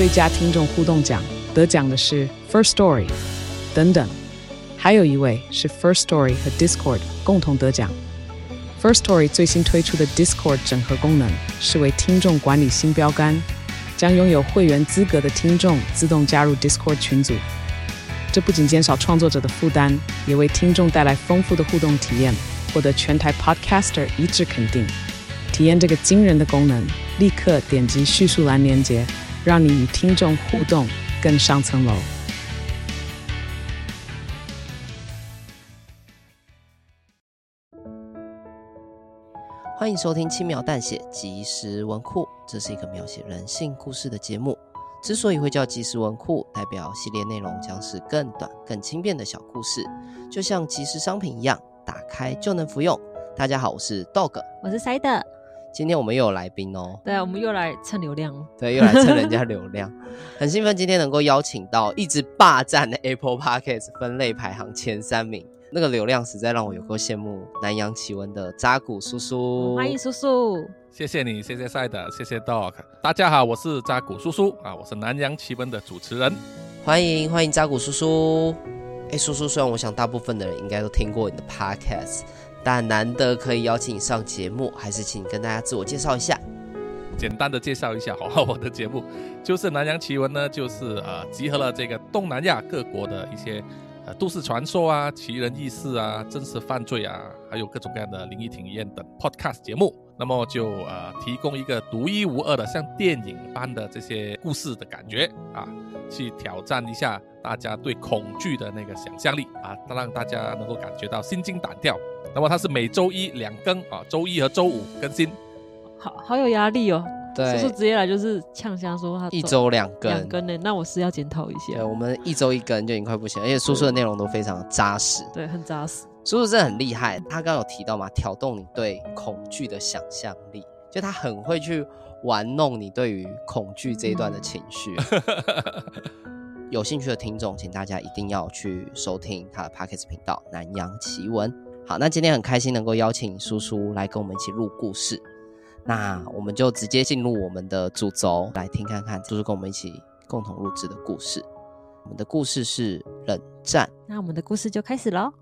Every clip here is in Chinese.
最佳听众互动奖，得奖的是 First Story 等等，还有一位是 First Story 和 Discord 共同得奖。First Story 最新推出的 Discord 整合功能是为听众管理新标杆，将拥有会员资格的听众自动加入 Discord 群组。这不仅减少创作者的负担，也为听众带来丰富的互动体验，获得全台 Podcaster 一致肯定。体验这个惊人的功能，立刻点击叙述栏连结，让你与听众互动更上层楼。 欢迎收听轻描淡写即时文库，这是一个描写人性故事的节目。之所以会叫即时文库，代表系列内容将是更短更轻便的小故事，就像即时商品一样，打开就能服用。大家好，我是 Dog， 我是 Side。 今天我们又有来宾哦。 对，我们又来蹭流量。 对，又来蹭人家流量。很兴奋今天能够邀请到一直霸占的 Apple Podcast 分类排行前3名，那个流量实在让我有够羡慕南洋奇闻的扎古叔叔。 欢迎叔叔。 谢谢你，谢谢赛德，谢谢 Dog。大家好，我是扎古叔叔啊，我是南洋奇闻的主持人。 欢迎扎古叔叔。叔叔，虽然我想大部分的人应该都听过你的 Podcast， 但难得可以邀请你上节目，还是请你跟大家自我介绍一下。 简单的介绍一下我的节目就是南洋奇闻呢，就是集合了这个东南亚各国的一些都市传说啊、奇人异事啊、真实犯罪啊，还有各种各样的灵异体验等 podcast 节目。那么就提供一个独一无二的像电影般的这些故事的感觉啊，去挑战一下大家对恐惧的那个想象力啊，让大家能够感觉到心惊胆跳。那么它是每周一2更啊，周一和周五更新。 好有压力哦。 对， 叔叔直接来就是呛瞎说他一周2更 2更呢，那我是要检讨一下。 对，我们一周1更就已经快不行，而且叔叔的内容都非常扎实。 对，很扎实。 叔叔真的很厉害，他刚刚有提到嘛，挑动你对恐惧的想象力，就他很会去玩弄你对于恐惧这一段的情绪。有兴趣的听众，请大家一定要去收听他的 Podcast 频道南洋奇闻。好，那今天很开心能够邀请叔叔来跟我们一起录故事，那我们就直接进入我们的主轴，来听看看叔叔跟我们一起共同录制的故事。我们的故事是冷战。 那我们的故事就开始咯。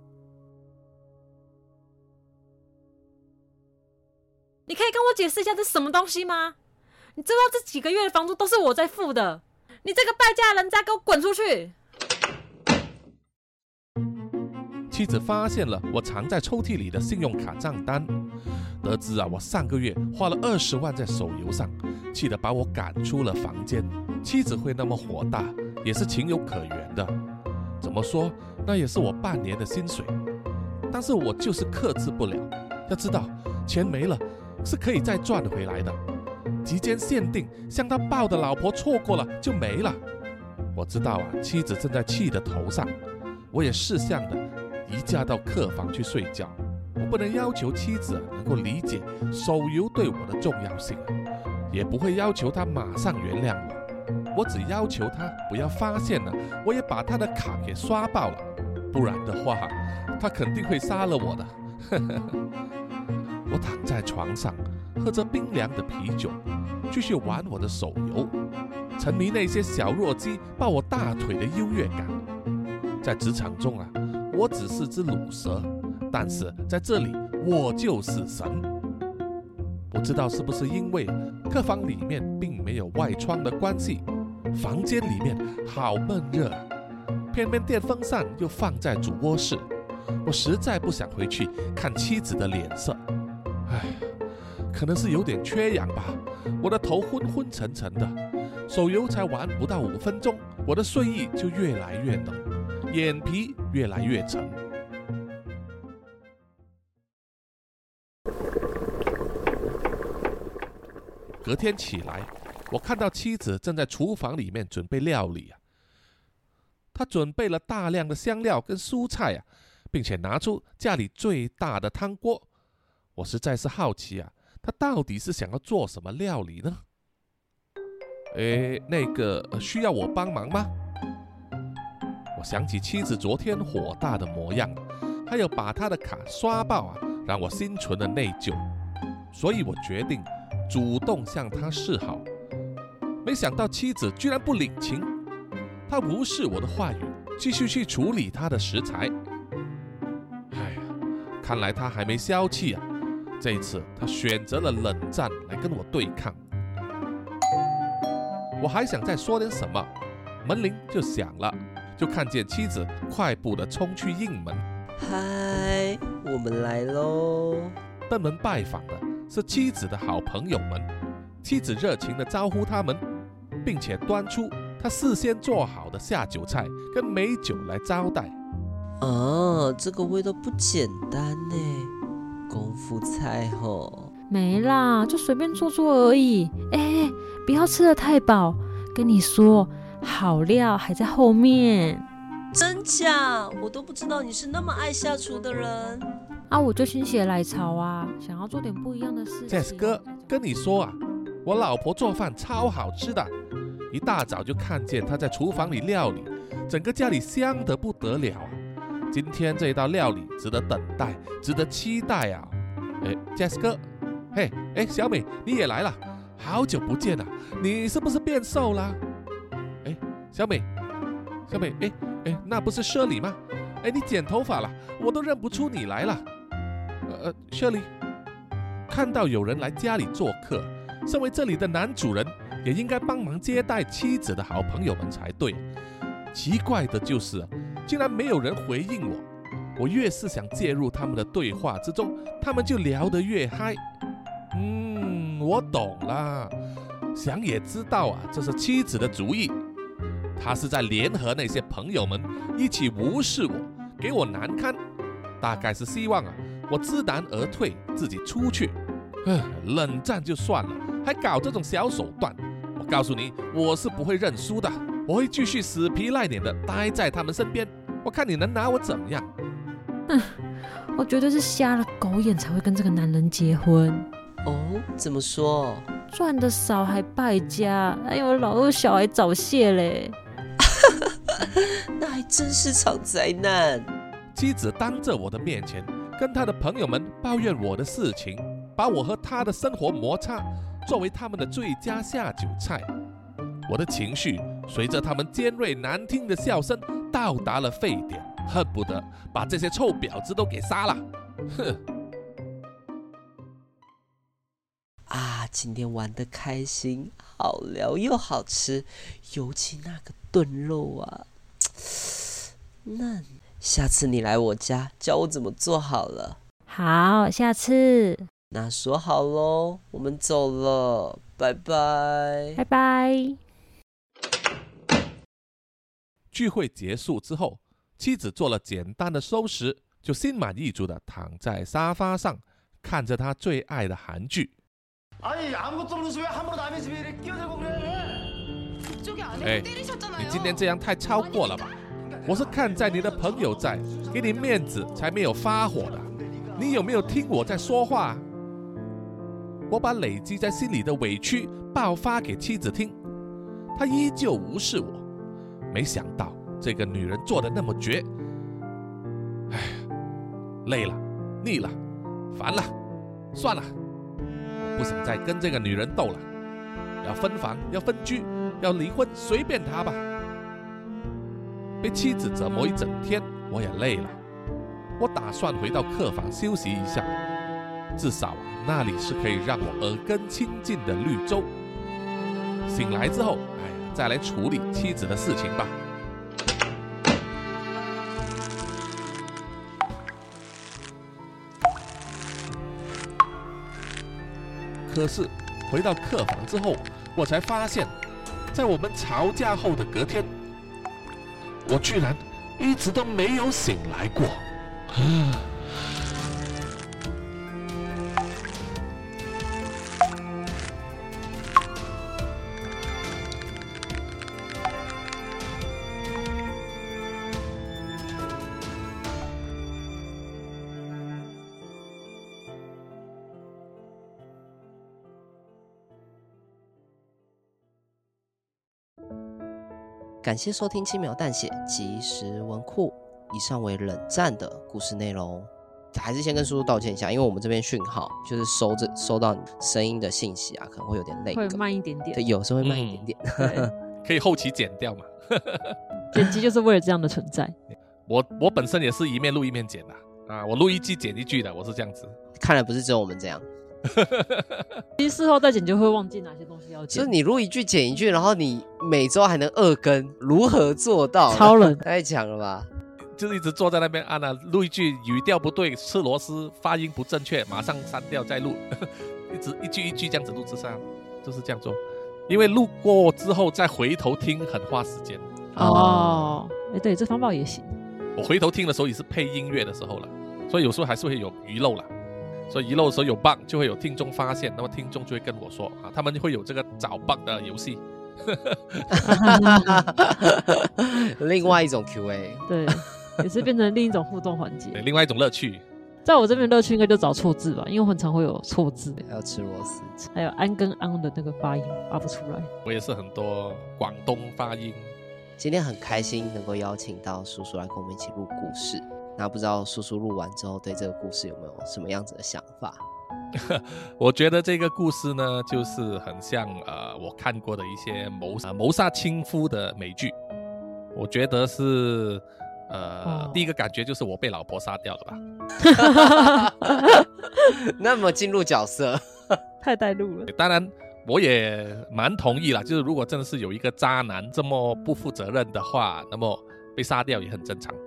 你可以跟我解释一下这是什么东西吗？你知道这几个月的房租都是我在付的，你这个败家人渣给我滚出去！ 妻子发现了我藏在抽屉里的信用卡账单，得知我上个月花了20万在手游上，气得把我赶出了房间。妻子会那么火大，也是情有可原的。怎么说，那也是我半年的薪水，但是我就是克制不了。要知道，钱没了是可以再赚回来的。期间限定，像他抱的老婆错过了就没了。我知道妻子正在气得头上，我也识相的移驾到客房去睡觉。我不能要求妻子能够理解手游对我的重要性，也不会要求她马上原谅我。我只要求她不要发现了我也把她的卡给刷爆了，不然的话她肯定会杀了我的。我躺在床上，喝着冰凉的啤酒，继续玩我的手游，沉迷那些小弱鸡抱我大腿的优越感。在职场中我只是只卤蛇，但是在这里我就是神。不知道是不是因为客房里面并没有外窗的关系，房间里面好闷热，偏偏电风扇又放在主卧室，我实在不想回去看妻子的脸色。可能是有点缺氧吧，我的头昏昏沉沉的，手游才玩不到5分钟，我的睡意就越来越浓，眼皮越来越沉。隔天起来，我看到妻子正在厨房里面准备料理她准备了大量的香料跟蔬菜并且拿出家里最大的汤锅。我实在是好奇她到底是想要做什么料理呢？那个需要我帮忙吗？我想起妻子昨天火大的模样，还有把她的卡刷爆让我心存了内疚，所以我决定主动向她示好。 没想到妻子居然不领情，他无视我的话语，继续去处理他的食材。哎呀，看来他还没消气啊！这一次他选择了冷战来跟我对抗。我还想再说点什么，门铃就响了，就看见妻子快步地冲去应门。 嗨，我们来喽！ 登门拜访的是妻子的好朋友们，妻子热情地招呼他们，并且端出他事先做好的下酒菜跟美酒来招待。 这个味道不简单呢，功夫菜吼。 没啦，就随便做做而已。不要吃得太饱，跟你说，好料还在后面。 真假？我都不知道你是那么爱下厨的人啊！我就心血来潮啊，想要做点不一样的事情。 Jess 哥，跟你说啊，我老婆做饭超好吃的，一大早就看见她在厨房里料理，整个家里香得不得了啊！今天这道料理值得等待，值得期待啊！Jess 哥，小美你也来了，好久不见了，你是不是变瘦了？小美，那不是舍里吗？你剪头发了，我都认不出你来了。舍里，看到有人来家里做客，身为这里的男主人，也应该帮忙接待妻子的好朋友们才对。奇怪的就是，竟然没有人回应我。我越是想介入他们的对话之中，他们就聊得越嗨。我懂了，想也知道啊，这是妻子的主意。他是在联合那些朋友们一起无视我，给我难堪，大概是希望我知难而退，自己出去。冷战就算了，还搞这种小手段。我告诉你，我是不会认输的，我会继续死皮赖脸的待在他们身边。我看你能拿我怎么样？ 我绝对是瞎了狗眼才会跟这个男人结婚。 怎么说？ 赚得少还败家，老二小孩早泄嘞。 那还真是场灾难。 妻子当着我的面前跟他的朋友们抱怨我的事情，把我和他的生活摩擦作为他们的最佳下酒菜。我的情绪随着他们尖锐难听的笑声到达了沸点，恨不得把这些臭婊子都给杀了。 今天玩得开心，好聊又好吃，尤其那个炖肉啊，嫩。下次你来我家教我怎么做好了。 好，下次。 那说好咯，我们走了，拜拜。 拜拜。 聚会结束之后，妻子做了简单的收拾，就心满意足地躺在沙发上，看着她最爱的韩剧。你今天这样太超过了吧？我是看在你的朋友在，给你面子才没有发火的。你有没有听我在说话？我把累积在心里的委屈爆发给妻子听，她依旧无视我。没想到这个女人做得那么绝。累了，腻了，烦了，算了。不想再跟这个女人斗了，要分房，要分居，要离婚，随便她吧。被妻子折磨一整天，我也累了。我打算回到客房休息一下，至少那里是可以让我耳根清净的绿洲。醒来之后，再来处理妻子的事情吧。可是回到客房之后，我才发现，在我们吵架后的隔天，我居然一直都没有醒来过。 感谢收听轻描淡写即时文库，以上为冷战的故事内容。 还是先跟叔叔道歉一下，因为我们这边讯号就是收到你声音的信息啊，可能会有点累， 会慢一点点。 对，有时候会慢一点点。 对， 可以后期剪掉嘛。 剪辑就是为了这样的存在。 我本身也是一面录一面剪的啊，我录一句剪一句的，我是这样子。 看来不是只有我们这样。 其实事后再剪就会忘记哪些东西要剪。 就是你录一句剪一句，然后你每周还能2更，如何做到？ 超人太强了吧！ 就是一直坐在那边按录一句语调不对，吃螺丝发音不正确，马上删掉再录，一直一句一句这样子录制上，就是这样做。因为录过之后再回头听很花时间。 哦，对，这方法也行。 我回头听的时候也是配音乐的时候了，所以有时候还是会有遗漏了。所以遗漏的时候有 bug 就会有听众发现，那么听众就会跟我说啊，他们会有这个找 bug 的游戏。 另外一种 QA， 对，也是变成另一种互动环节。 对，另外一种乐趣。 在我这边乐趣应该就找错字吧，因为我很常会有错字， 还有吃螺丝， 还有安跟安的那个发音发不出来。 我也是很多广东发音。 今天很开心能够邀请到叔叔来跟我们一起录故事。那不知道叔叔录完之后对这个故事有没有什么样子的想法？ 我觉得这个故事呢，就是很像我看过的一些谋杀亲夫的美剧。我觉得是第一个感觉就是我被老婆杀掉了吧。 那么进入角色， 太带入了。 当然我也蛮同意啦，就是如果真的是有一个渣男这么不负责任的话，那么被杀掉也很正常。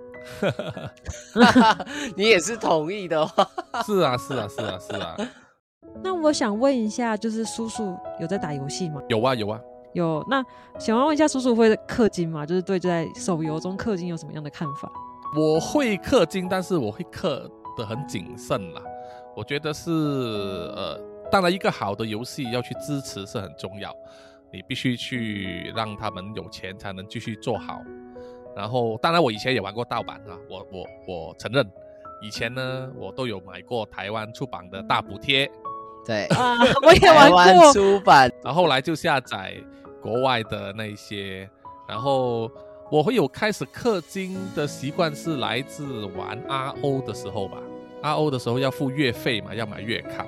你也是同意的话？ 是啊。 那我想问一下，就是叔叔有在打游戏吗？ 有啊。 有。那想问一下，叔叔会氪金吗？就是对在手游中氪金有什么样的看法？ 我会氪金，但是我会氪得很谨慎啦。我觉得是当然一个好的游戏要去支持是很重要，你必须去让他们有钱才能继续做好。然后当然我以前也玩过盗版啊，我承认以前呢我都有买过台湾出版的大补贴。 对啊，我也玩过台湾出版， 然后后来就下载国外的那一些，然后我会有开始氪金的习惯是来自玩 RO 的时候吧。RO 的时候要付月费嘛，要买月卡。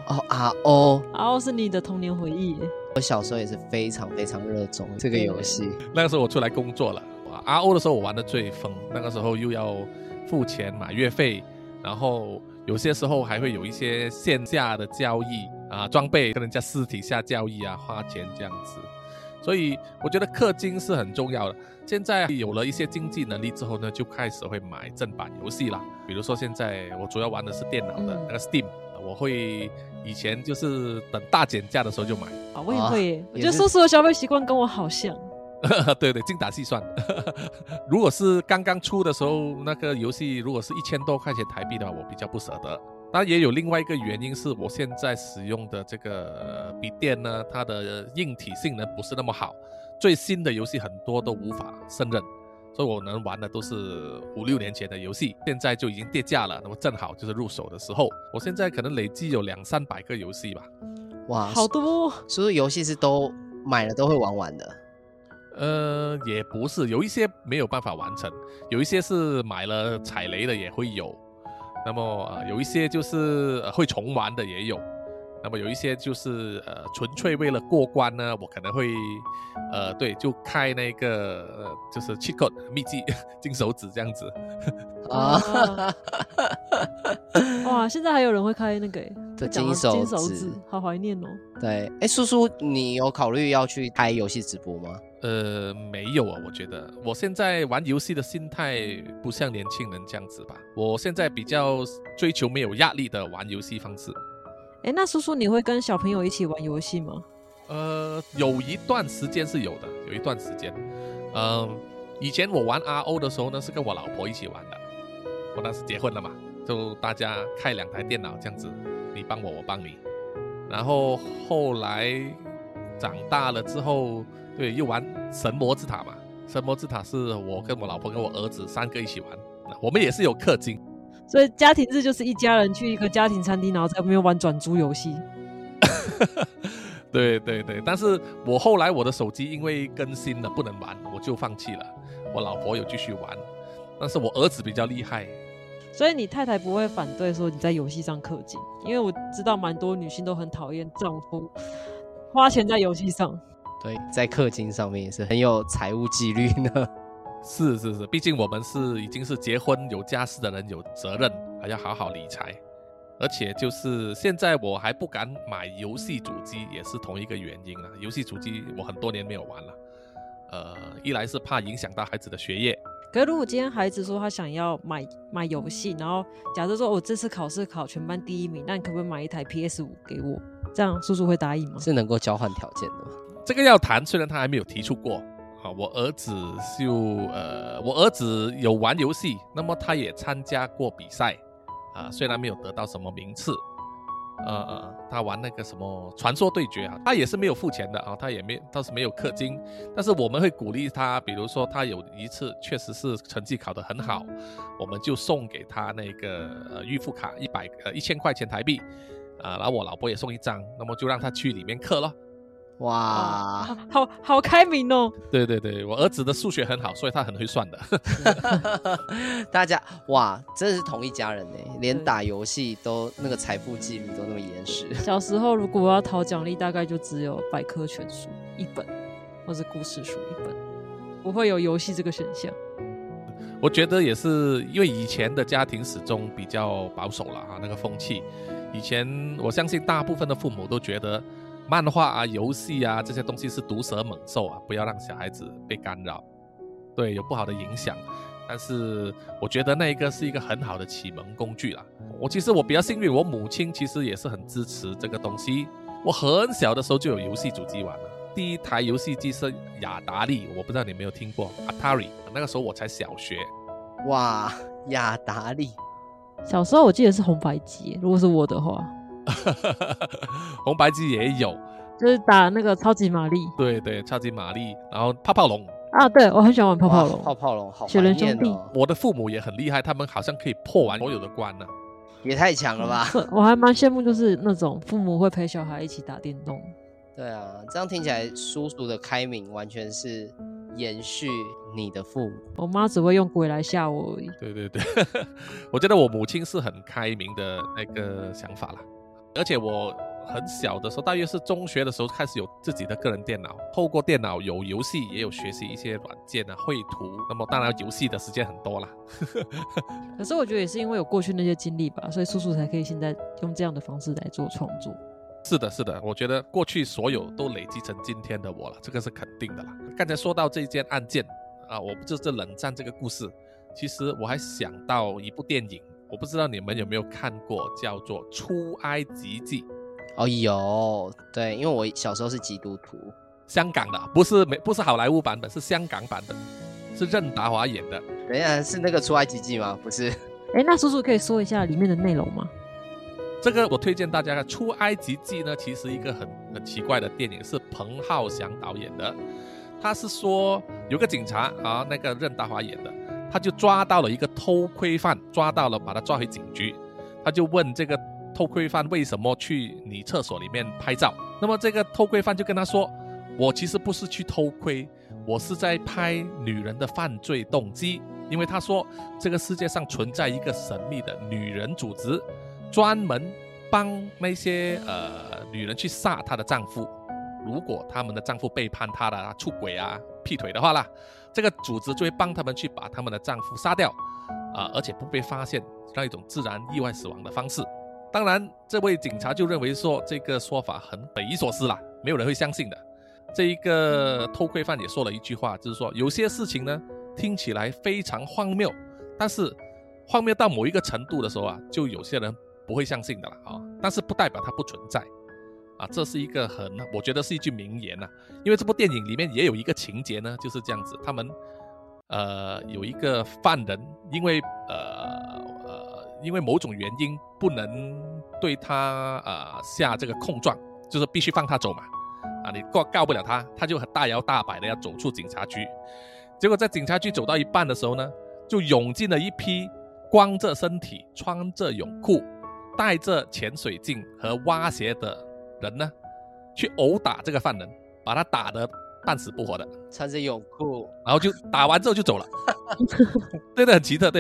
RO 是你的童年回忆耶。 我小时候也是非常非常热衷这个游戏。 那个时候我出来工作了，RO 的时候我玩的最疯，那个时候又要付钱买月费，然后有些时候还会有一些线下的交易啊，装备跟人家私底下交易啊，花钱这样子。所以我觉得氪金是很重要的。现在有了一些经济能力之后呢，就开始会买正版游戏啦。比如说现在我主要玩的是电脑的那个 Steam，我会以前就是等大减价的时候就买。 我也会耶，我觉得叔叔的消费习惯跟我好像。 对，精打细算。如果是刚刚出的时候，那个游戏如果是1000多块钱台币的话，我比较不舍得。当然也有另外一个原因是我现在使用的这个笔电呢，它的硬体性能不是那么好，最新的游戏很多都无法胜任，所以我能玩的都是5-6年前的游戏，现在就已经跌价了，那么正好就是入手的时候。我现在可能累计有200-300个游戏吧。 哇， 好多哦。 所以游戏是都买了都会玩完的？ 也不是，有一些没有办法完成，有一些是买了踩雷的也会有，那么有一些就是会重玩的也有，那么有一些就是纯粹为了过关呢，我可能会对，就开那个就是 cheat code 秘籍金手指这样子。 哇，现在还有人会开那个金手指，好怀念哦。 对，叔叔，你有考虑要去开游戏直播吗？ 没有啊，我觉得我现在玩游戏的心态不像年轻人这样子吧。我现在比较追求没有压力的玩游戏方式。 那叔叔你会跟小朋友一起玩游戏吗？ 有一段时间是有的，有一段时间。以前我玩 RO 的时候呢，是跟我老婆一起玩的。我当时结婚了嘛，就大家开2台电脑这样子，你帮我，我帮你。然后后来长大了之后，对，又玩神魔之塔嘛。神魔之塔是我跟我老婆跟我儿子3个一起玩，我们也是有氪金。 所以家庭日就是一家人去一个家庭餐厅，然后在那边玩转租游戏。 对，但是我后来我的手机因为更新了不能玩，我就放弃了。我老婆有继续玩，但是我儿子比较厉害， 所以你太太不会反对说你在游戏上氪金，因为我知道蛮多女性都很讨厌丈夫花钱在游戏上。 对，在氪金上面也是很有财务纪律呢。 是，毕竟我们已经是结婚有家室的人，有责任，还要好好理财。而且就是现在我还不敢买游戏主机，也是同一个原因啦。游戏主机我很多年没有玩了，一来是怕影响到孩子的学业。 可是如果今天孩子说他想要买游戏，然后假设说我这次考试考全班第1名，那你可不可以买一台 PS5 给我？这样叔叔会答应吗？ 是能够交换条件的吗？ 这个要谈，虽然他还没有提出过。我儿子有玩游戏，那么他也参加过比赛。虽然没有得到什么名次，他玩那个什么传说对决他也是没有付钱的他也倒是没有氪金，但是我们会鼓励他，比如说他有一次确实是成绩考得很好，我们就送给他那个预付卡1000块钱台币然后我老婆也送1张，那么就让他去里面氪咯。 哇， 好开明哦！ 对，我儿子的数学很好，所以他很会算的。 大家哇，真的是同一家人呢，连打游戏都那个财富纪律都那么严实。 小时候如果我要讨奖励，大概就只有百科全书1本，或是故事书1本，不会有游戏这个选项。 我觉得也是因为以前的家庭始终比较保守了那个风气。以前我相信大部分的父母都觉得漫画游戏这些东西是毒蛇猛兽不要让小孩子被干扰，对，有不好的影响。但是我觉得那一个是一个很好的启蒙工具啦。其实我比较幸运，我母亲其实也是很支持这个东西。我很小的时候就有游戏主机玩了，第一台游戏机是雅达利，我不知道你有没有听过 Atari， 那个时候我才小学。 哇，雅达利， 小时候我记得是红白机，如果是我的话。 红白机也有， 就是打那个超级玛丽。 对，超级玛丽，然后泡泡龙对，我很喜欢玩泡泡龙。 泡泡龙好雪人兄弟。 我的父母也很厉害，他们好像可以破完所有的关呢。 也太强了吧！ 我还蛮羡慕，就是那种父母会陪小孩一起打电动。 对啊，这样听起来叔叔的开明完全是延续你的父母。 我妈只会用鬼来吓我而已。 对，我觉得我母亲是很开明的那个想法啦。而且我很小的时候，大约是中学的时候开始有自己的个人电脑，透过电脑有游戏，也有学习一些软件绘图，那么当然游戏的时间很多啦。 可是我觉得也是因为有过去那些经历吧，所以叔叔才可以现在用这样的方式来做创作。 是的，我觉得过去所有都累积成今天的我了，这个是肯定的啦。刚才说到这件案件我不知道这冷战这个故事，其实我还想到一部电影，我不知道你们有没有看过，叫做《出埃及记》。 有，对，因为我小时候是基督徒。 香港的，不是好莱坞版本，是香港版的，是任达华演的。 等一下，是那个出埃及记吗？不是。 那叔叔可以说一下里面的内容吗？ 这个我推荐大家看《出埃及记》呢，其实一个很奇怪的电影，是彭浩翔导演的。他是说有个警察那个任达华演的，他就抓到了一个偷窥犯，抓到了，把他抓回警局。他就问这个偷窥犯为什么去你厕所里面拍照。那么这个偷窥犯就跟他说，我其实不是去偷窥，我是在拍女人的犯罪动机。因为他说这个世界上存在一个神秘的女人组织，专门帮那些女人去杀她的丈夫，如果他们的丈夫背叛她的出轨劈腿的话啦，这个组织就会帮他们去把他们的丈夫杀掉而且不被发现，让一种自然意外死亡的方式。当然这位警察就认为说这个说法很匪夷所思啦，没有人会相信的。这一个偷窥犯也说了一句话，就是说有些事情呢听起来非常荒谬，但是荒谬到某一个程度的时候就有些人不会相信的了但是不代表它不存在这是一个我觉得是一句名言因为这部电影里面也有一个情节呢，就是这样子，他们有一个犯人因为某种原因不能对他下这个控状，就是必须放他走嘛你告不了他，他就很大摇大摆的要走出警察局。结果在警察局走到一半的时候呢，就涌进了一批光着身体，穿着泳裤，戴着潜水镜和蛙鞋的人呢，去殴打这个犯人，把他打得半死不活的， 穿着泳裤， 然后就打完之后就走了。对的，很奇特对吧？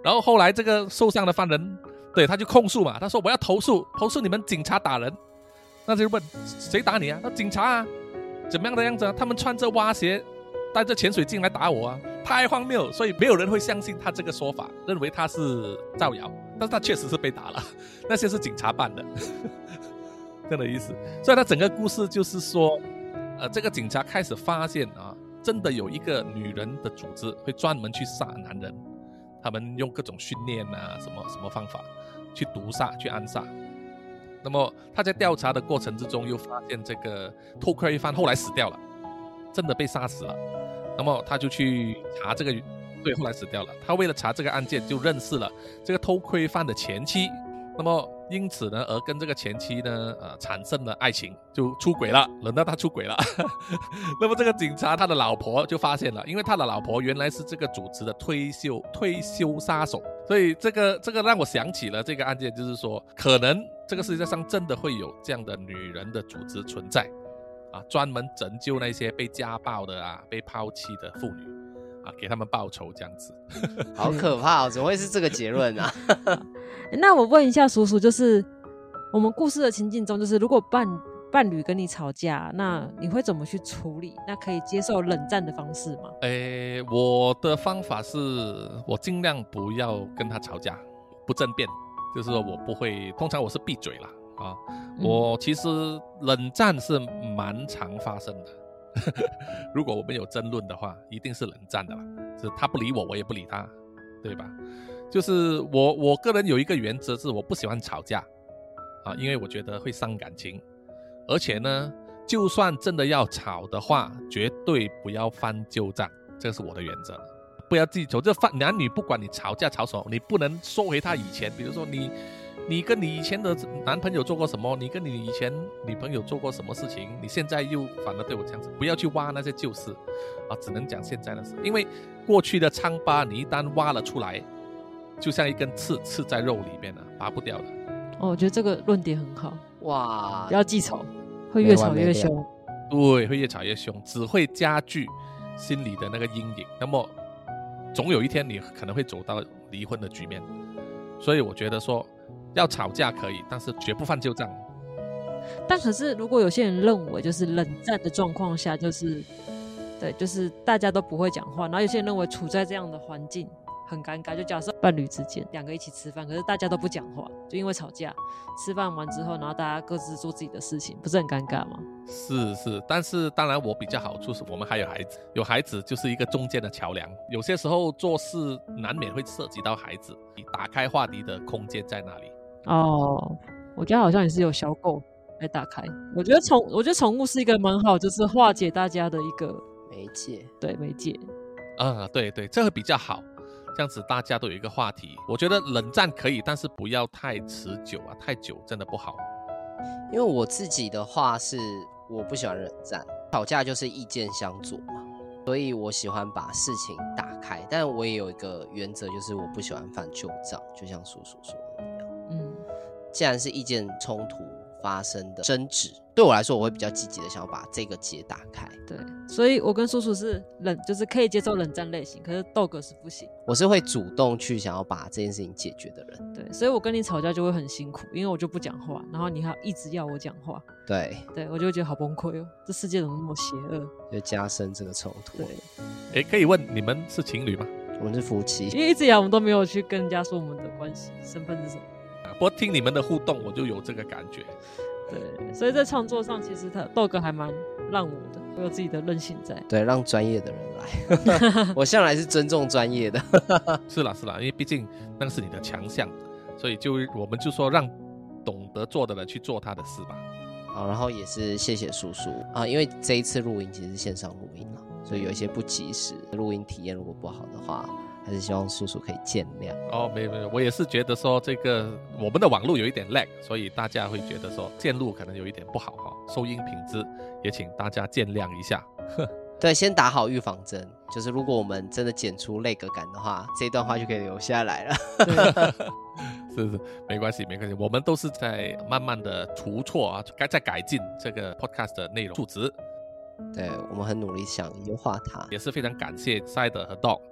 然后后来这个受伤的犯人，对，他就控诉嘛，他说我要投诉你们警察打人。那就问谁打你啊？那警察啊，怎么样的样子啊？他们穿着蛙鞋带着潜水镜来打我啊，太荒谬，所以没有人会相信他这个说法，认为他是造谣，但是他确实是被打了，那些是警察办的这样的意思。所以他整个故事就是说这个警察开始发现啊，真的有一个女人的组织会专门去杀男人，他们用各种训练啊什么方法去毒杀去暗杀。那么他在调查的过程之中又发现这个偷窥犯后来死掉了，真的被杀死了。那么他就去查这个，对，后来死掉了。他为了查这个案件就认识了这个偷窥犯的前妻，那么因此呢而跟这个前妻呢产生了爱情，就出轨了，轮到他出轨了那么这个警察他的老婆就发现了，因为他的老婆原来是这个组织的退休杀手，所以这个让我想起了这个案件，就是说可能这个世界上真的会有这样的女人的组织存在啊，专门拯救那些被家暴的啊被抛弃的妇女啊，给他们报仇这样子好可怕哦，怎么会是这个结论啊那我问一下叔叔，就是我们故事的情境中，就是如果伴侣跟你吵架，那你会怎么去处理？那可以接受冷战的方式吗？ 我的方法是我尽量不要跟他吵架，不争辩，就是说我不会，通常我是闭嘴啦啊。我其实冷战是蛮常发生的如果我们有争论的话，一定是冷战的啦，是他不理我，我也不理他，对吧？就是我个人有一个原则是我不喜欢吵架啊，因为我觉得会伤感情，而且呢就算真的要吵的话，绝对不要翻旧账，这是我的原则。不要记仇，这男女不管你吵架吵什么，你不能说回他以前，比如说你跟你以前的男朋友做过什么，你跟你以前女朋友做过什么事情，你现在又反而对我这样子，不要去挖那些旧事啊，只能讲现在的事，因为过去的疮疤你一旦挖了出来，就像一根刺在肉里面了，拔不掉的。 我觉得这个论点很好。 哇， 不要记仇，会越吵越凶。 对，会越吵越凶，只会加剧心里的那个阴影。那么总有一天你可能会走到离婚的局面，所以我觉得说要吵架可以，但是绝不翻旧账。 但可是如果有些人认为就是冷战的状况下，就是对，就是大家都不会讲话，然后有些人认为处在这样的环境很尴尬，就假设伴侣之间两个一起吃饭，可是大家都不讲话，就因为吵架，吃饭完之后然后大家各自做自己的事情，不是很尴尬吗？ 是，但是当然我比较好处是我们还有孩子，有孩子就是一个中间的桥梁，有些时候做事难免会涉及到孩子，你打开话题的空间在哪里？ 我家好像也是有小狗来打开，我觉得宠物是一个蛮好，就是化解大家的一个媒介， 对，媒介对，这会比较好，这样子大家都有一个话题。我觉得冷战可以，但是不要太持久啊，太久真的不好。 因为我自己的话是我不喜欢冷战，吵架就是意见相左嘛，所以我喜欢把事情打开，但我也有一个原则，就是我不喜欢翻旧账，就像叔叔说的一样。既然是意见冲突发生的争执，对我来说我会比较积极的想要把这个结打开。 对，所以我跟叔叔是就是可以接受冷战类型，可是豆哥是不行。我是会主动去想要把这件事情解决的人。 对，所以我跟你吵架就会很辛苦，因为我就不讲话，然后你还一直要我讲话。 对， 我就会觉得好崩溃哦，这世界怎么那么邪恶， 就加深这个冲突。 对， 可以问你们是情侣吗？ 我们是夫妻， 因为一直以来我们都没有去跟人家说我们的关系身份是什么。 不过听你们的互动我就有这个感觉。 对，所以在创作上其实豆哥还蛮让我的，我有自己的韧性在。 对，让专业的人来我向来是尊重专业的是啦，因为毕竟那是你的强项，所以我们就说让懂得做的人去做他的事吧。 好，然后也是谢谢叔叔啊，因为这一次录音其实是线上录音了，所以有一些不及时，录音体验如果不好的话，还是希望叔叔可以见谅。 没有，我也是觉得说这个我们的网络有一点 lag， 所以大家会觉得说线路可能有一点不好收音品质也请大家见谅一下对，先打好预防针，就是如果我们真的剪出 lag 感的话，这段话就可以留下来了是，没关系，我们都是在慢慢的除错啊，在改进这个 podcast 的内容素质。 对，我们很努力想优化它。 也是非常感谢 Side 和 Dog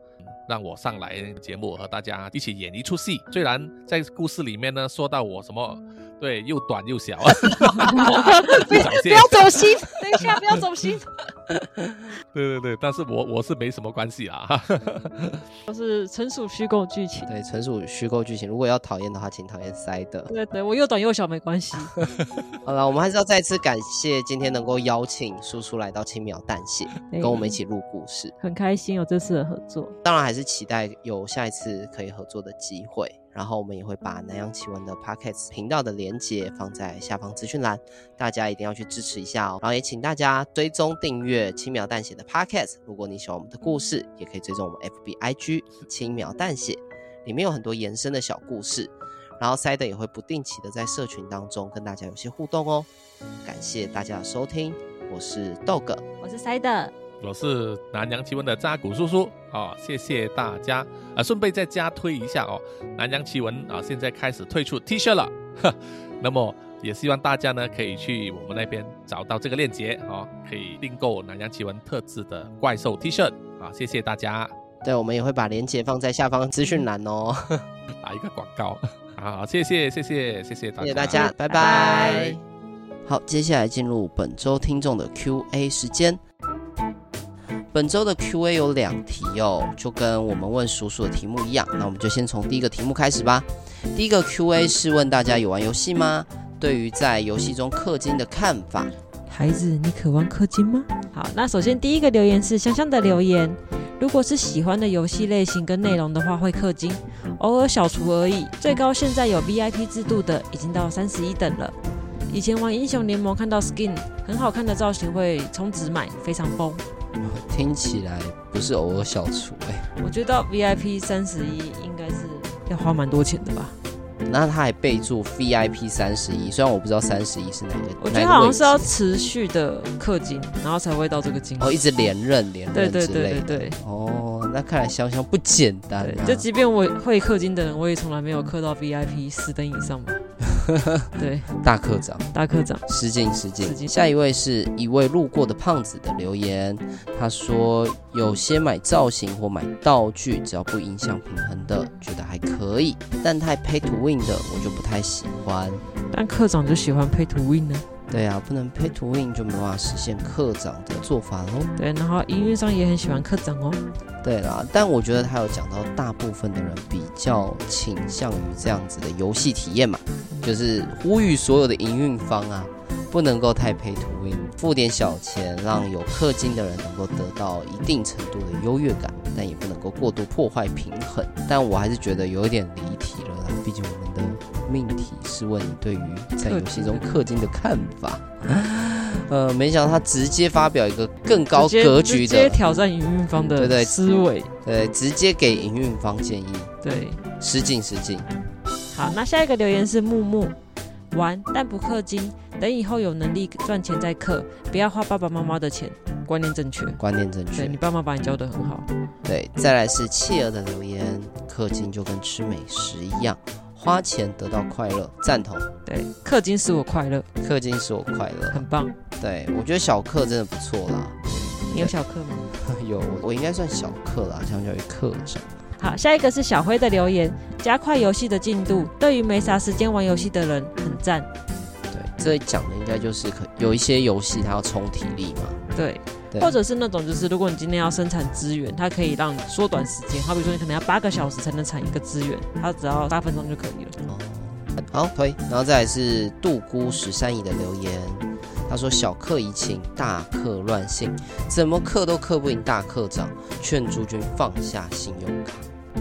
让我上来节目和大家一起演一出戏。虽然在故事里面呢说到我什么对又短又小不要走心，等一下不要走心。 对，但是我是没什么关系啦。 都是纯属虚构剧情。 对，纯属虚构剧情。如果要讨厌的话，请讨厌塞的。 对，我又短又小没关系。 好了，我们还是要再次感谢今天能够邀请叔叔来到轻描淡写，跟我们一起录故事， 很开心有这次的合作。 当然还是期待有下一次可以合作的机会。然后我们也会把南洋奇闻的 Podcast 频道的连结放在下方资讯栏，大家一定要去支持一下哦。然后也请大家追踪订阅轻描淡写的 Podcast。如果你喜欢我们的故事，也可以追踪我们 FB、IG 轻描淡写，里面有很多延伸的小故事。然后塞德也会不定期的在社群当中跟大家有些互动哦。感谢大家的收听，我是豆哥， 我是塞德。 我是南洋奇闻的扎古叔叔谢谢大家顺便再加推一下南洋奇闻现在开始推出 T 恤了那么也希望大家呢可以去我们那边找到这个链接可以订购南洋奇闻特制的怪兽 T 恤谢谢大家。 对，我们也会把链接放在下方资讯栏哦。 打一个广告好，谢谢大家， 谢谢大家，拜拜。好，接下来进入本周听众的 Q&A 时间。本周的 Q&A 有2题就跟我们问叔叔的题目一样，那我们就先从第一个题目开始吧。第一个 Q&A 是问大家有玩游戏吗？对于在游戏中氪金的看法。 孩子，你渴望氪金吗？好，那首先第一个留言是香香的留言，如果是喜欢的游戏类型跟内容的话会氪金，偶尔小除而已，最高现在有 VIP 制度的已经到31等了。以前玩英雄联盟看到 skin 很好看的造型会充值买，非常疯。 听起来不是偶尔小除我觉得 VIP 31应该是要花蛮多钱的吧。 那他还备注 VIP 31，虽然我不知道31是哪个， 我觉得好像是要持续的氪金，然后才会到这个金额。 一直连任之类的。 对。 那看来香香不简单就即便我会氪金的人，我也从来没有氪到 VIP 4等以上吧。对， 大科长，失敬。下一位是一位路过的胖子的留言，他说有些买造型或买道具只要不影响平衡的觉得还可以，但太 pay to win 的我就不太喜欢。 但科长就喜欢 pay to win 呢？ 对啊，不能 pay to win 就没办法实现课长的做法咯。 对，然后营运商也很喜欢课长哦。 对啦，但我觉得他有讲到大部分的人比较倾向于这样子的游戏体验嘛，就是呼吁所有的营运方不能够太 pay to win， 付点小钱让有氪金的人能够得到一定程度的优越感，但也不能够过度破坏平衡。但我还是觉得有一点离题了啦，毕竟我们的命题是问你对于在游戏中氪金的看法。没想到他直接发表一个更高格局的，直接挑战营运方的思维， 对，直接给营运方建议， 对， 失敬。 好，那下一个留言是木木，玩但不氪金，等以后有能力赚钱再氪，不要花爸爸妈妈的钱，观念正确，对，你爸妈把你教得很好。 对，再来是企鹅的留言，氪金就跟吃美食一样，花钱得到快乐，赞同。 对，氪金使我快乐， 很棒。 对，我觉得小氪真的不错啦。 你有小氪吗？ 有，我应该算小氪啦，相较于课上。 好，下一个是小辉的留言，加快游戏的进度，对于没啥时间玩游戏的人很赞。 对，这讲的应该就是有一些游戏它要充体力嘛。 对，或者是那种就是如果你今天要生产资源，它可以让你缩短时间，好比说你可能要8个小时才能产一个资源，它只要8分钟就可以了。 好，推。然后再来是杜姑13亿的留言，他说小氪怡情，大氪乱性，怎么氪都氪不赢大氪长，劝诸君放下信用卡。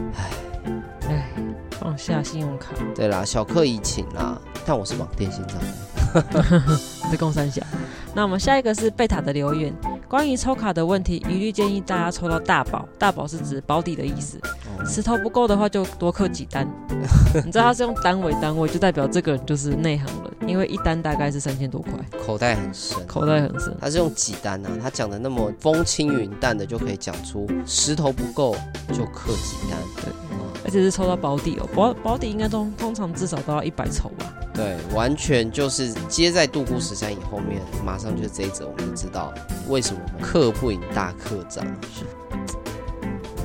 放下信用卡。 对啦，小氪怡情啦，但我是绑电信账的。 在共三峡。那我们下一个是贝塔的留言，关于抽卡的问题，一律建议大家抽到大宝，大宝是指保底的意思。石头不够的话就多氪几单。你知道他是用单为单位，就代表这个人就是内行人，因为一单大概是3000多块， 口袋很深。他是用几单啊？他讲的那么风轻云淡的，就可以讲出石头不够就氪几单。 对，而且是抽到保底哦，保底应该通常至少都要100抽吧。 对，完全就是接在杜姑13亿后面，马上就是这一则，我们就知道为什么我们氪不赢大氪长。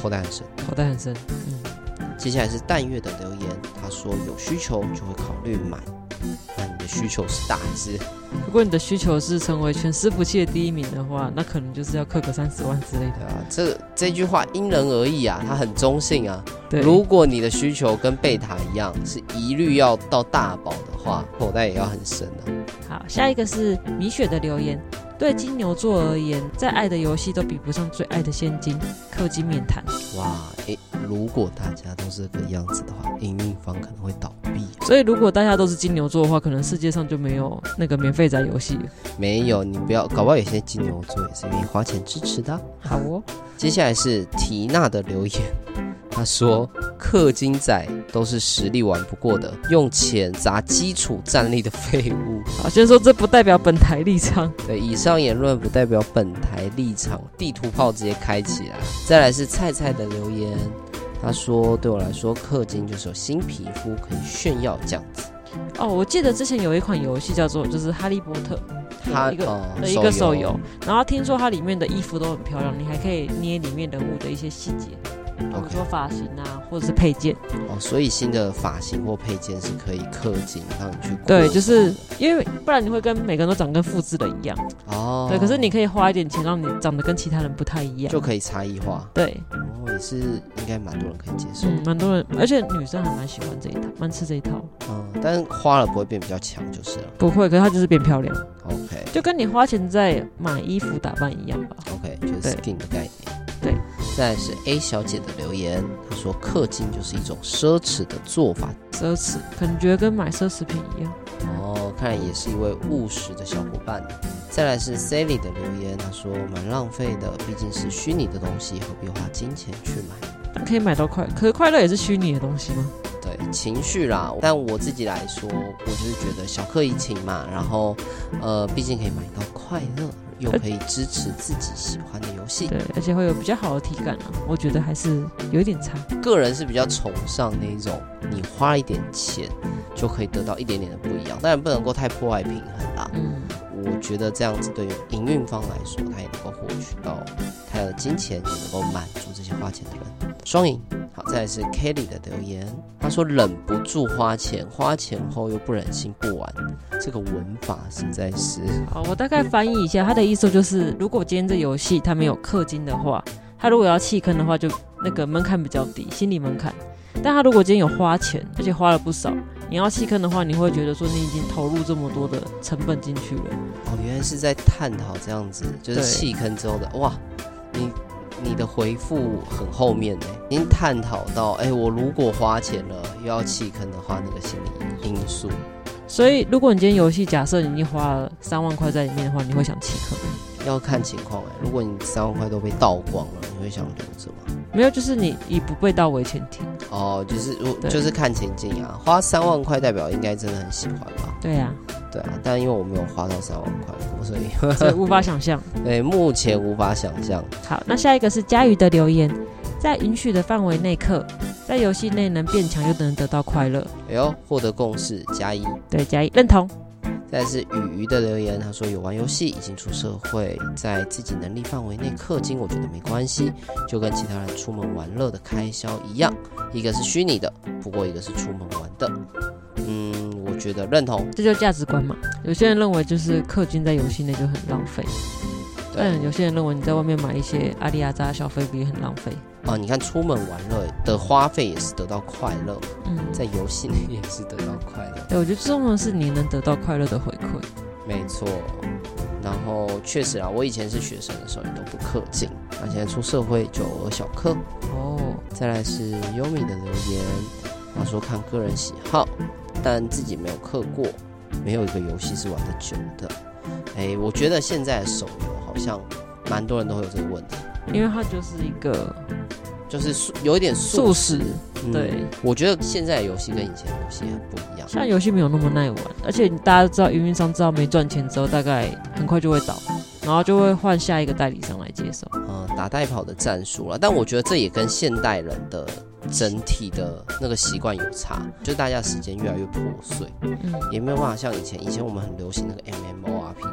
口袋很深。 口袋很深。 接下来是淡月的留言，他说有需求就会考虑买。那你的需求是大还是？ 如果你的需求是成为全伺服器的第一名的话，那可能就是要氪个30万之类的。 对啊，这句话因人而异啊，它很中性啊。 对， 如果你的需求跟贝塔一样，是一律要到大宝的话，口袋也要很深啊。 好，下一个是米雪的留言。对金牛座而言，再爱的游戏都比不上最爱的现金，氪金免谈。 哇，如果大家都是这个样子的话，营运方可能会倒闭。 所以如果大家都是金牛座的话，可能世界上就没有那个免费仔游戏了。 没有，你不要，搞不好有些金牛座也是愿意花钱支持的啊。 好哦。 接下来是缇娜的留言，他说氪金仔都是实力玩不过的，用钱砸基础战力的废物。 好，先说这不代表本台立场。 对，以上言论不代表本台立场，地图炮直接开起来。再来是菜菜的留言，他说对我来说氪金就是有新皮肤可以炫耀这样子。 哦，我记得之前有一款游戏叫做就是哈利波特，一个手游，然后听说它里面的衣服都很漂亮，你还可以捏里面人物的一些细节，比如说发型啊，或者是配件。所以新的发型或配件是可以氪金让你去。 对，就是因为不然你会跟每个人都长跟复制人一样。对，可是你可以花一点钱让你长得跟其他人不太一样， 就可以差异化。 对， 也是应该蛮多人可以接受。 蛮多人，而且女生还蛮喜欢这一套，蛮吃这一套。 但是花了不会变比较强就是了。 不会，可是它就是变漂亮。 OK， 就跟你花钱在买衣服打扮一样吧。 OK， 就是 skin 的概念。 对。 再来是 A 小姐的留言，她说氪金就是一种奢侈的做法。 奢侈，感觉跟买奢侈品一样。 看来也是一位务实的小伙伴。再来是 Sally 的留言，她说蛮浪费的，毕竟是虚拟的东西，何必花金钱去买？ 可以买到快乐，可是快乐也是虚拟的东西吗？ 对，情绪啦。但我自己来说，我就是觉得小氪怡情嘛，然后毕竟可以买到快乐，又可以支持自己喜欢的游戏。 对，而且会有比较好的体感啊，我觉得还是有一点差。 个人是比较崇尚那一种，你花一点钱就可以得到一点点的不一样，当然不能够太破坏平衡啦。我觉得这样子对于营运方来说，他也能够获取到他的金钱，也能够满足这些花钱的人，双赢。好，再来是 Kelly 的留言，他说忍不住花钱，花钱后又不忍心不玩，这个文法实在是…… 好，我大概翻译一下，他的意思就是，如果今天这游戏他没有氪金的话，他如果要弃坑的话，就那个门槛比较低，心理门槛。但他如果今天有花钱，而且花了不少，你要弃坑的话，你会觉得说你已经投入这么多的成本进去了。 原来是在探讨这样子，就是弃坑之后的哇，你的回复很后面呢，已经探讨到，我如果花钱了又要弃坑的话，那个心理因素。 所以，如果你今天游戏假设你已经花了3万块在里面的话，你会想弃坑？ 要看情况如果你3万块都被倒光了，你会想留着吗？ 没有，就是你以不被盗为前提。 就是看情境啊。花3万块代表应该真的很喜欢吧？ 对啊， 但因为我没有花到3万块，所以无法想象。 对，目前无法想象。 好，那下一个是佳瑜的留言，在允许的范围内氪，在游戏内能变强又能得到快乐。 获得共识+1。 对，+1认同。 再来是雨鱼的留言，他说有玩游戏，已经出社会，在自己能力范围内氪金，我觉得没关系，就跟其他人出门玩乐的开销一样，一个是虚拟的，不过一个是出门玩的。我觉得认同， 这就是价值观嘛。有些人认为就是氪金在游戏内就很浪费，但有些人认为你在外面买一些阿里阿扎消费也很浪费。 你看出门玩乐的花费也是得到快乐，在游戏内也是得到快乐。 对，我觉得最重要的是你能得到快乐的回馈。 没错。然后确实我以前是学生的时候也都不氪金，那现在出社会就偶尔小氪。再来是优米的留言，他说看个人喜好，但自己没有氪过，没有一个游戏是玩得久的。我觉得现在的手游好像蛮多人都会有这个问题， 因为它就是一个就是有一点速食。对， 我觉得现在的游戏跟以前的游戏很不一样， 现在游戏没有那么耐玩，而且大家都知道营运商知道没赚钱之后，大概很快就会倒，然后就会换下一个代理商来接手。 打代跑的战术啦，但我觉得这也跟现代人的整体的那个习惯有差，就是大家时间越来越破碎，也没有办法像以前我们很流行那个 MMORPG。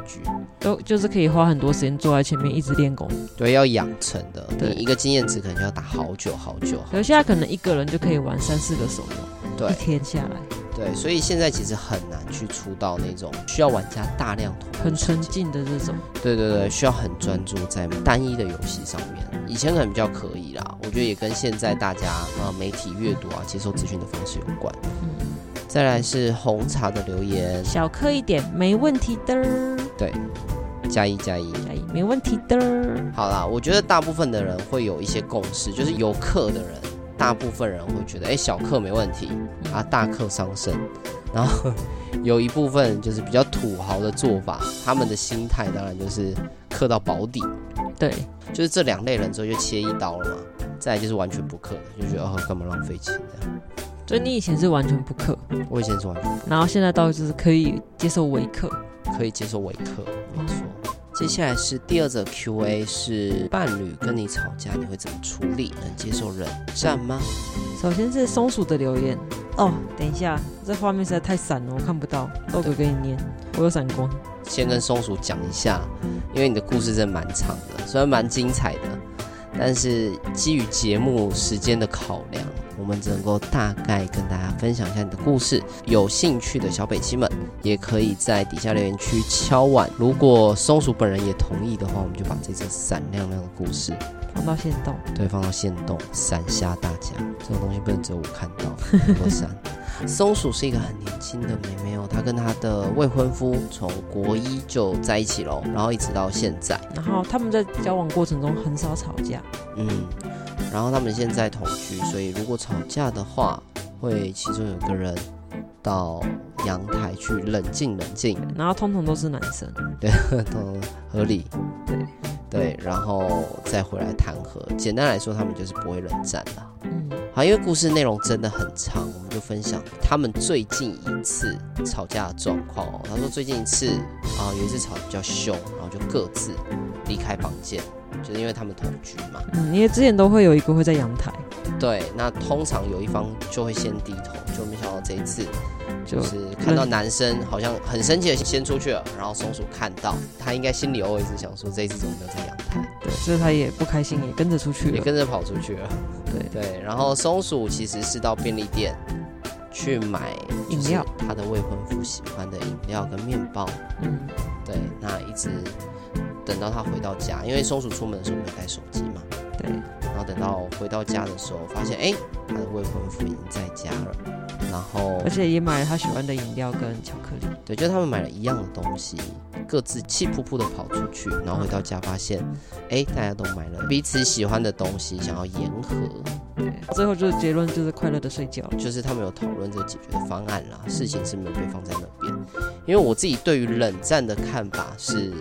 句， 都就是可以花很多时间坐在前面一直练功。 对，要养成的。 对你一个经验值可能就要打好久好久。 可是现在可能一个人就可以玩3-4个手游， 对一天下来对，所以现在其实很难去出到那种需要玩家大量投入很沉浸的这种。 对对对，需要很专注在单一的游戏上面。以前可能比较可以啦，我觉得也跟现在大家媒体阅读啊、接受资讯的方式有关。再来是红茶的留言， 小课一点没问题的。 对，加一， 没问题的。 好啦，我觉得大部分的人会有一些共识，就是有课的人，大部分人会觉得，小课没问题啊，大课伤身。然后有一部分就是比较土豪的做法，他们的心态当然就是课到保底。 对， 就是这2类人之后就切一刀了嘛。再来就是完全不课的，就觉得干嘛浪费钱这样。 所以你以前是完全不课， 我以前是完全不课， 然后现在到就是可以接受微课， 可以接受微课，没错。接下来是第2则 Q&A， 是伴侣跟你吵架，你会怎么处理？能接受冷战吗？ 首先是松鼠的留言哦，等一下，这画面实在太闪了，我看不到，豆哥给你念，我有闪光。 先跟松鼠讲一下，因为你的故事真的蛮长的，虽然蛮精彩的，但是基于节目时间的考量，我们只能够大概跟大家分享一下你的故事。有兴趣的小北七们也可以在底下留言区敲碗，如果松鼠本人也同意的话，我们就把这则闪亮亮的故事放到限动， 对，放到限动，闪瞎大家。这种东西不能只有我看到，我闪。松鼠是一个很年轻的妹妹哦，她跟她的未婚夫从国1就在一起咯，然后一直到现在。 然后他们在交往过程中很少吵架， 然后他们现在同居，所以如果吵架的话，会其中有个人到阳台去冷静冷静， 然后通常都是男生， 对，都合理，对，然后再回来谈和。简单来说，他们就是不会冷战啦。好，因为故事内容真的很长，我们就分享他们最近一次吵架的状况哦。他说最近一次有一次吵得比较凶，然后就各自离开房间，就是因为他们同居嘛。 因为之前都会有一个会在阳台， 对，那通常有一方就会先低头，就没想到这一次就是看到男生好像很生气的先出去了，然后松鼠看到，他应该心里偶尔一直想说这一次怎么没有在阳台， 对，所以他也不开心，也跟着出去了， 也跟着跑出去了。对，然后松鼠其实是到便利店去买饮料，他的未婚夫喜欢的饮料跟面包。对，那一直等到他回到家，因为松鼠出门的时候没有带手机嘛。对，然后等到回到家的时候，发现他的未婚夫已经在家了，然后而且也买了他喜欢的饮料跟巧克力。 对，就是他们买了一样的东西，各自气扑扑的跑出去，然后回到家发现，大家都买了彼此喜欢的东西，想要言和。 对，最后就是结论就是快乐的睡觉， 就是他们有讨论这个解决的方案啦，事情是没有被放在那边。因为我自己对于冷战的看法是，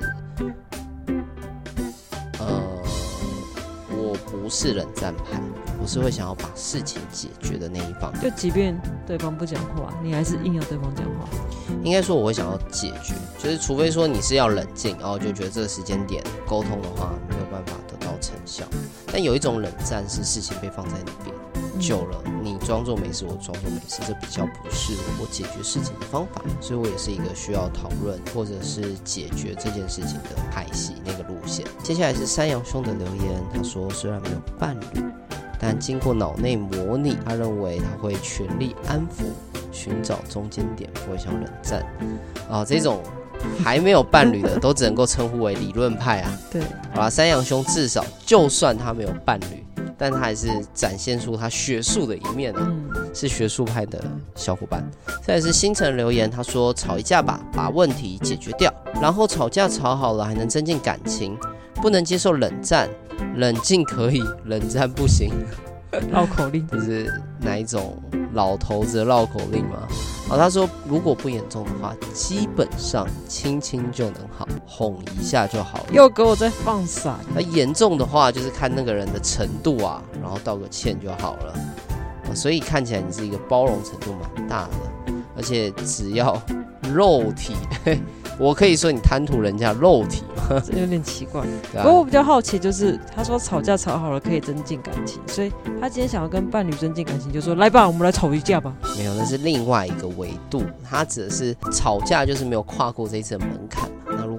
我不是冷战派，我是会想要把事情解决的那一方。 就即便对方不讲话，你还是硬要对方讲话。 应该说我会想要解决，就是除非说你是要冷静，然后就觉得这个时间点沟通的话没有办法得到成效。但有一种冷战是事情被放在那边久了，你装作没事，我装作没事，这比较不是我解决事情的方法。所以我也是一个需要讨论或者是解决这件事情的派系那个路线。接下来是山羊兄的留言，他说虽然没有伴侣，但经过脑内模拟，他认为他会全力安抚，寻找中间点，不会想冷战。这种还没有伴侣的都只能够称呼为理论派啊。 对， 好啦，山羊兄至少就算他没有伴侣，但他还是展现出他学术的一面啊，是学术派的小伙伴。再来是星辰留言，他说吵一架吧，把问题解决掉，然后吵架吵好了还能增进感情，不能接受冷战，冷静可以，冷战不行。 绕口令， 这是哪一种老头子的绕口令吗？他说如果不严重的话，基本上轻轻就能好，哄一下就好了。 又给我在放闪。 那严重的话就是看那个人的程度啊，然后道个歉就好了。所以看起来你是一个包容程度蛮大的，而且只要肉体我可以说你贪图人家肉体吗？ 这有点奇怪。不过我比较好奇，就是他说吵架吵好了可以增进感情，所以他今天想要跟伴侣增进感情，就说来吧，我们来吵一架吧。 没有，那是另外一个维度。他指的是吵架就是没有跨过这一次的门槛嘛。那如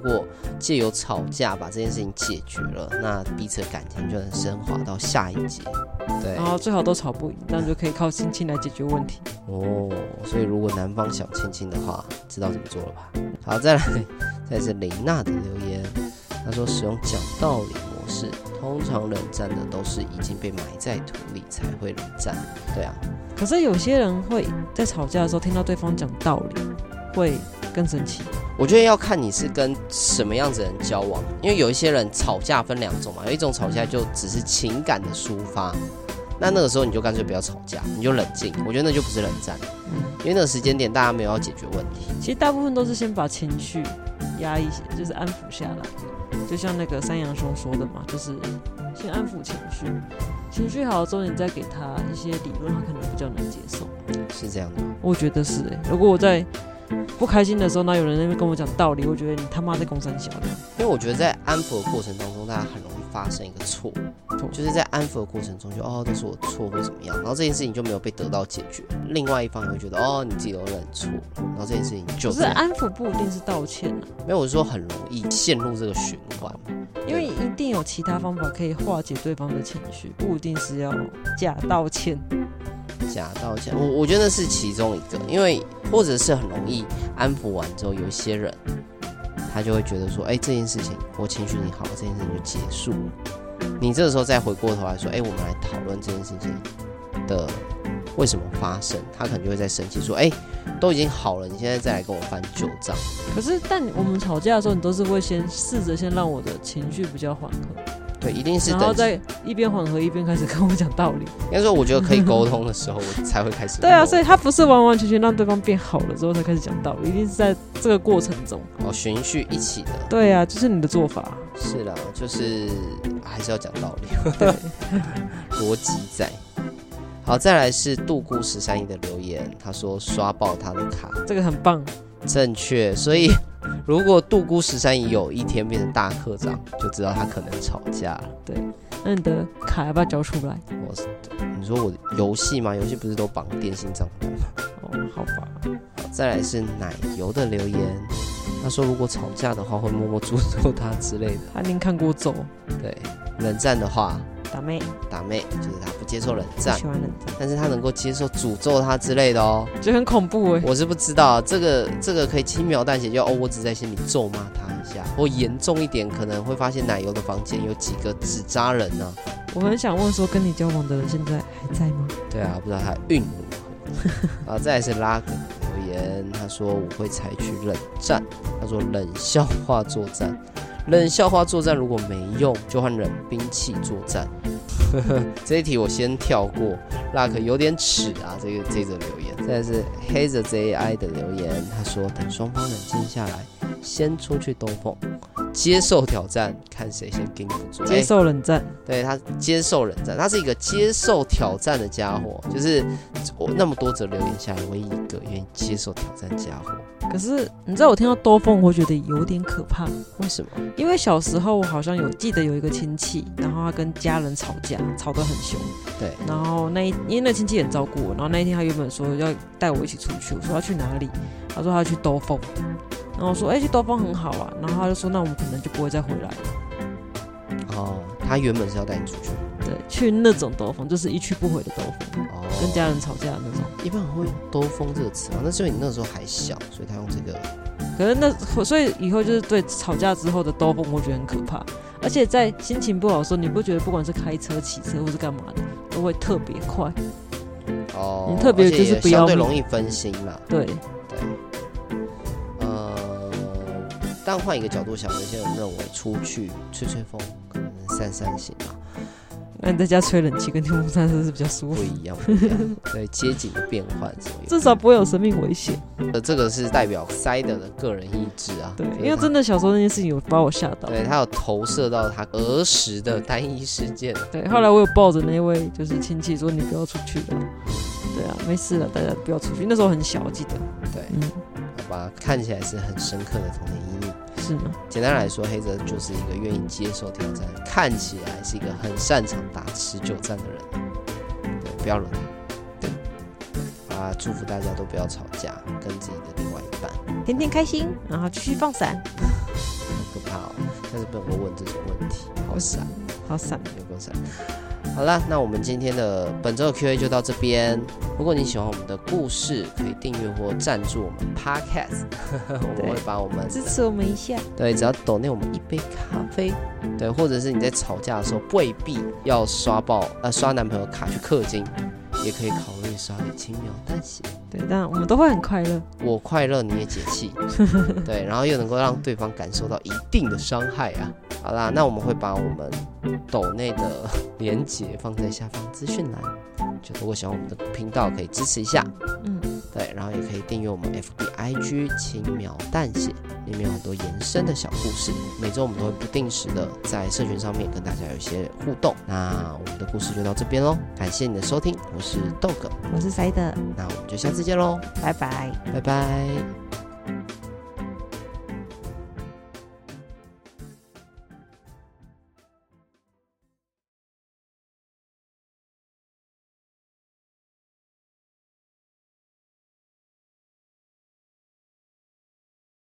果借由吵架把这件事情解决了，那彼此的感情就能升华到下一阶。对， 然后最好都吵不赢，这样就可以靠亲亲来解决问题。 哦，所以如果男方想亲亲的话，知道怎么做了吧？好，再来是雷娜的留言，他说使用讲道理模式，通常冷战的都是已经被埋在土里才会冷战。对啊， 可是有些人会在吵架的时候听到对方讲道理，会更生气。 我觉得要看你是跟什么样子的人交往，因为有一些人吵架分两种嘛，有一种吵架就只是情感的抒发，那个时候你就干脆不要吵架，你就冷静，我觉得那就不是冷战，因为那个时间点大家没有要解决问题。 其实大部分都是先把情绪压抑，就是安抚下来，就像那个山羊兄说的嘛，就是先安抚情绪，情绪好了之后，你再给他一些理论，他可能比较能接受。 是这样的吗？ 我觉得是如果我在不开心的时候，那有人在那边跟我讲道理，我觉得你他妈在公三小的。 因为我觉得在安抚的过程当中，大家很容易发生一个错，就是在安抚的过程中就都是我错或怎么样，然后这件事情就没有被得到解决，另外一方也会觉得你自己都认错，然后这件事情就可是安抚不一定是道歉没有，我是说很容易陷入这个循环， 因为一定有其他方法可以化解对方的情绪，不一定是要假道歉。 假道歉，我觉得那是其中一个，因为或者是很容易安抚完之后，有一些人他就会觉得说，这件事情我情绪好，这件事情就结束了。你这个时候再回过头来说，我们来讨论这件事情的为什么发生，他可能就会再生气说，都已经好了，你现在再来跟我翻旧账。 可是，但我们吵架的时候，你都是会先试着先让我的情绪比较缓和。 对，一定是然后再一边缓和一边开始跟我讲道理。 应该说，我觉得可以沟通的时候，我才会开始。 对啊，所以他不是完完全全让对方变好了之后才开始讲道理，一定是在这个过程中循序一起的。 对啊，就是你的做法。 是啦，就是还是要讲道理，对，逻辑在。好，再来是杜姑13亿的留言，他说刷爆他的卡， 这个很棒， 正确。所以如果杜姑13亿有一天变成大课长，就知道他可能吵架了。 对，那你的卡要不要交出来？ 你说我游戏吗？游戏不是都绑电信账单吗？ 好吧。 好，再来是奶油的留言，他说如果吵架的话会默默诅咒他之类的。 他一定看过咒。 对，冷战的话。 打妹就是他不接受冷战， 不喜欢冷战， 但是他能够接受诅咒他之类的就很恐怖我是不知道这个可以轻描淡写，就我只在心里咒骂他一下，或严重一点可能会发现奶油的房间有几个纸扎人呢。 我很想问说，跟你交往的人现在还在吗？ 对啊，不知道他运如何。再来是拉格留言，他说我会采取冷战，他说冷笑话作战。冷笑话作战如果没用，就换冷兵器作战。这一题我先跳过，拉克有点耻啊，这则留言。再来是黑着 ZAI 的留言，他说等双方冷静下来，先出去兜风，接受挑战，看谁先顶不住。 接受冷战， 对，他接受冷战，他是一个接受挑战的家伙，就是我那么多则留言下来，唯一一个愿意接受挑战家伙。 可是你知道我听到兜风，我觉得有点可怕。 为什么？ 因为小时候我好像记得有一个亲戚，然后他跟家人吵架，吵得很凶。 对。然后因为那亲戚很照顾我，然后那一天他原本说要带我一起出去，我说要去哪里？他说他要去兜风，然后我说去兜风很好啊，然后他就说那我们可能就不会再回来了。 他原本是要带你出去。 对，去那种兜风，就是一去不回的兜风，跟家人吵架的那种。 一般人会用兜风这个词吗？那是因为你那时候还小，所以他用这个。 可是所以以后就是对吵架之后的兜风，我觉得很可怕。而且在心情不好的时候，你不觉得不管是开车、骑车或是干嘛的，都会特别快。你特别就是不要相对容易分心啦。 对。 但换一个角度想，有些人认为出去吹吹风，可能散散心嘛。 那你在家吹冷气跟电风扇是不是比较舒服？ 不一样。对，街景的变换至少不会有生命危险。 这个是代表Cider的个人意志啊。 对，因为真的小时候那件事情有把我吓到。 对，他有投射到他儿时的单一事件。 对，后来我有抱着那位就是亲戚说：“你不要出去了。”对啊，没事了，大家不要出去。那时候很小，我记得。 对，好吧，看起来是很深刻的童年阴影。 是吗？ 简单来说，黑泽就是一个愿意接受挑战，看起来是一个很擅长打持久战的人。对，不要惹他。对，祝福大家都不要吵架，跟自己的另外一半天天开心，然后继续放闪。 他哦，但是不能够问这种问题，好闪， 好闪， 有够闪。好啦，那我们今天的本周的 Q&A 就到这边。如果你喜欢我们的故事，可以订阅或赞助我们 Podcast， 我们会把我们支持我们一下。 对，只要抖内我们一杯咖啡，对，或者是你在吵架的时候未必要刷男朋友卡去氪金，也可以考虑刷给轻描淡写。 对，但我们都会很快乐， 我快乐你也解气，对，然后又能够让对方感受到一定的伤害啊。好啦，那我们会把我们抖内的连结放在下方资讯栏，就如果喜欢我们的频道可以支持一下，对，然后也可以订阅我们 FB、IG 轻描淡写，里面有很多延伸的小故事。每周我们都会不定时的在社群上面跟大家有一些互动。那我们的故事就到这边咯，感谢你的收听，我是豆哥， 我是塞德， 那我们就下次见咯， 拜拜， 拜拜。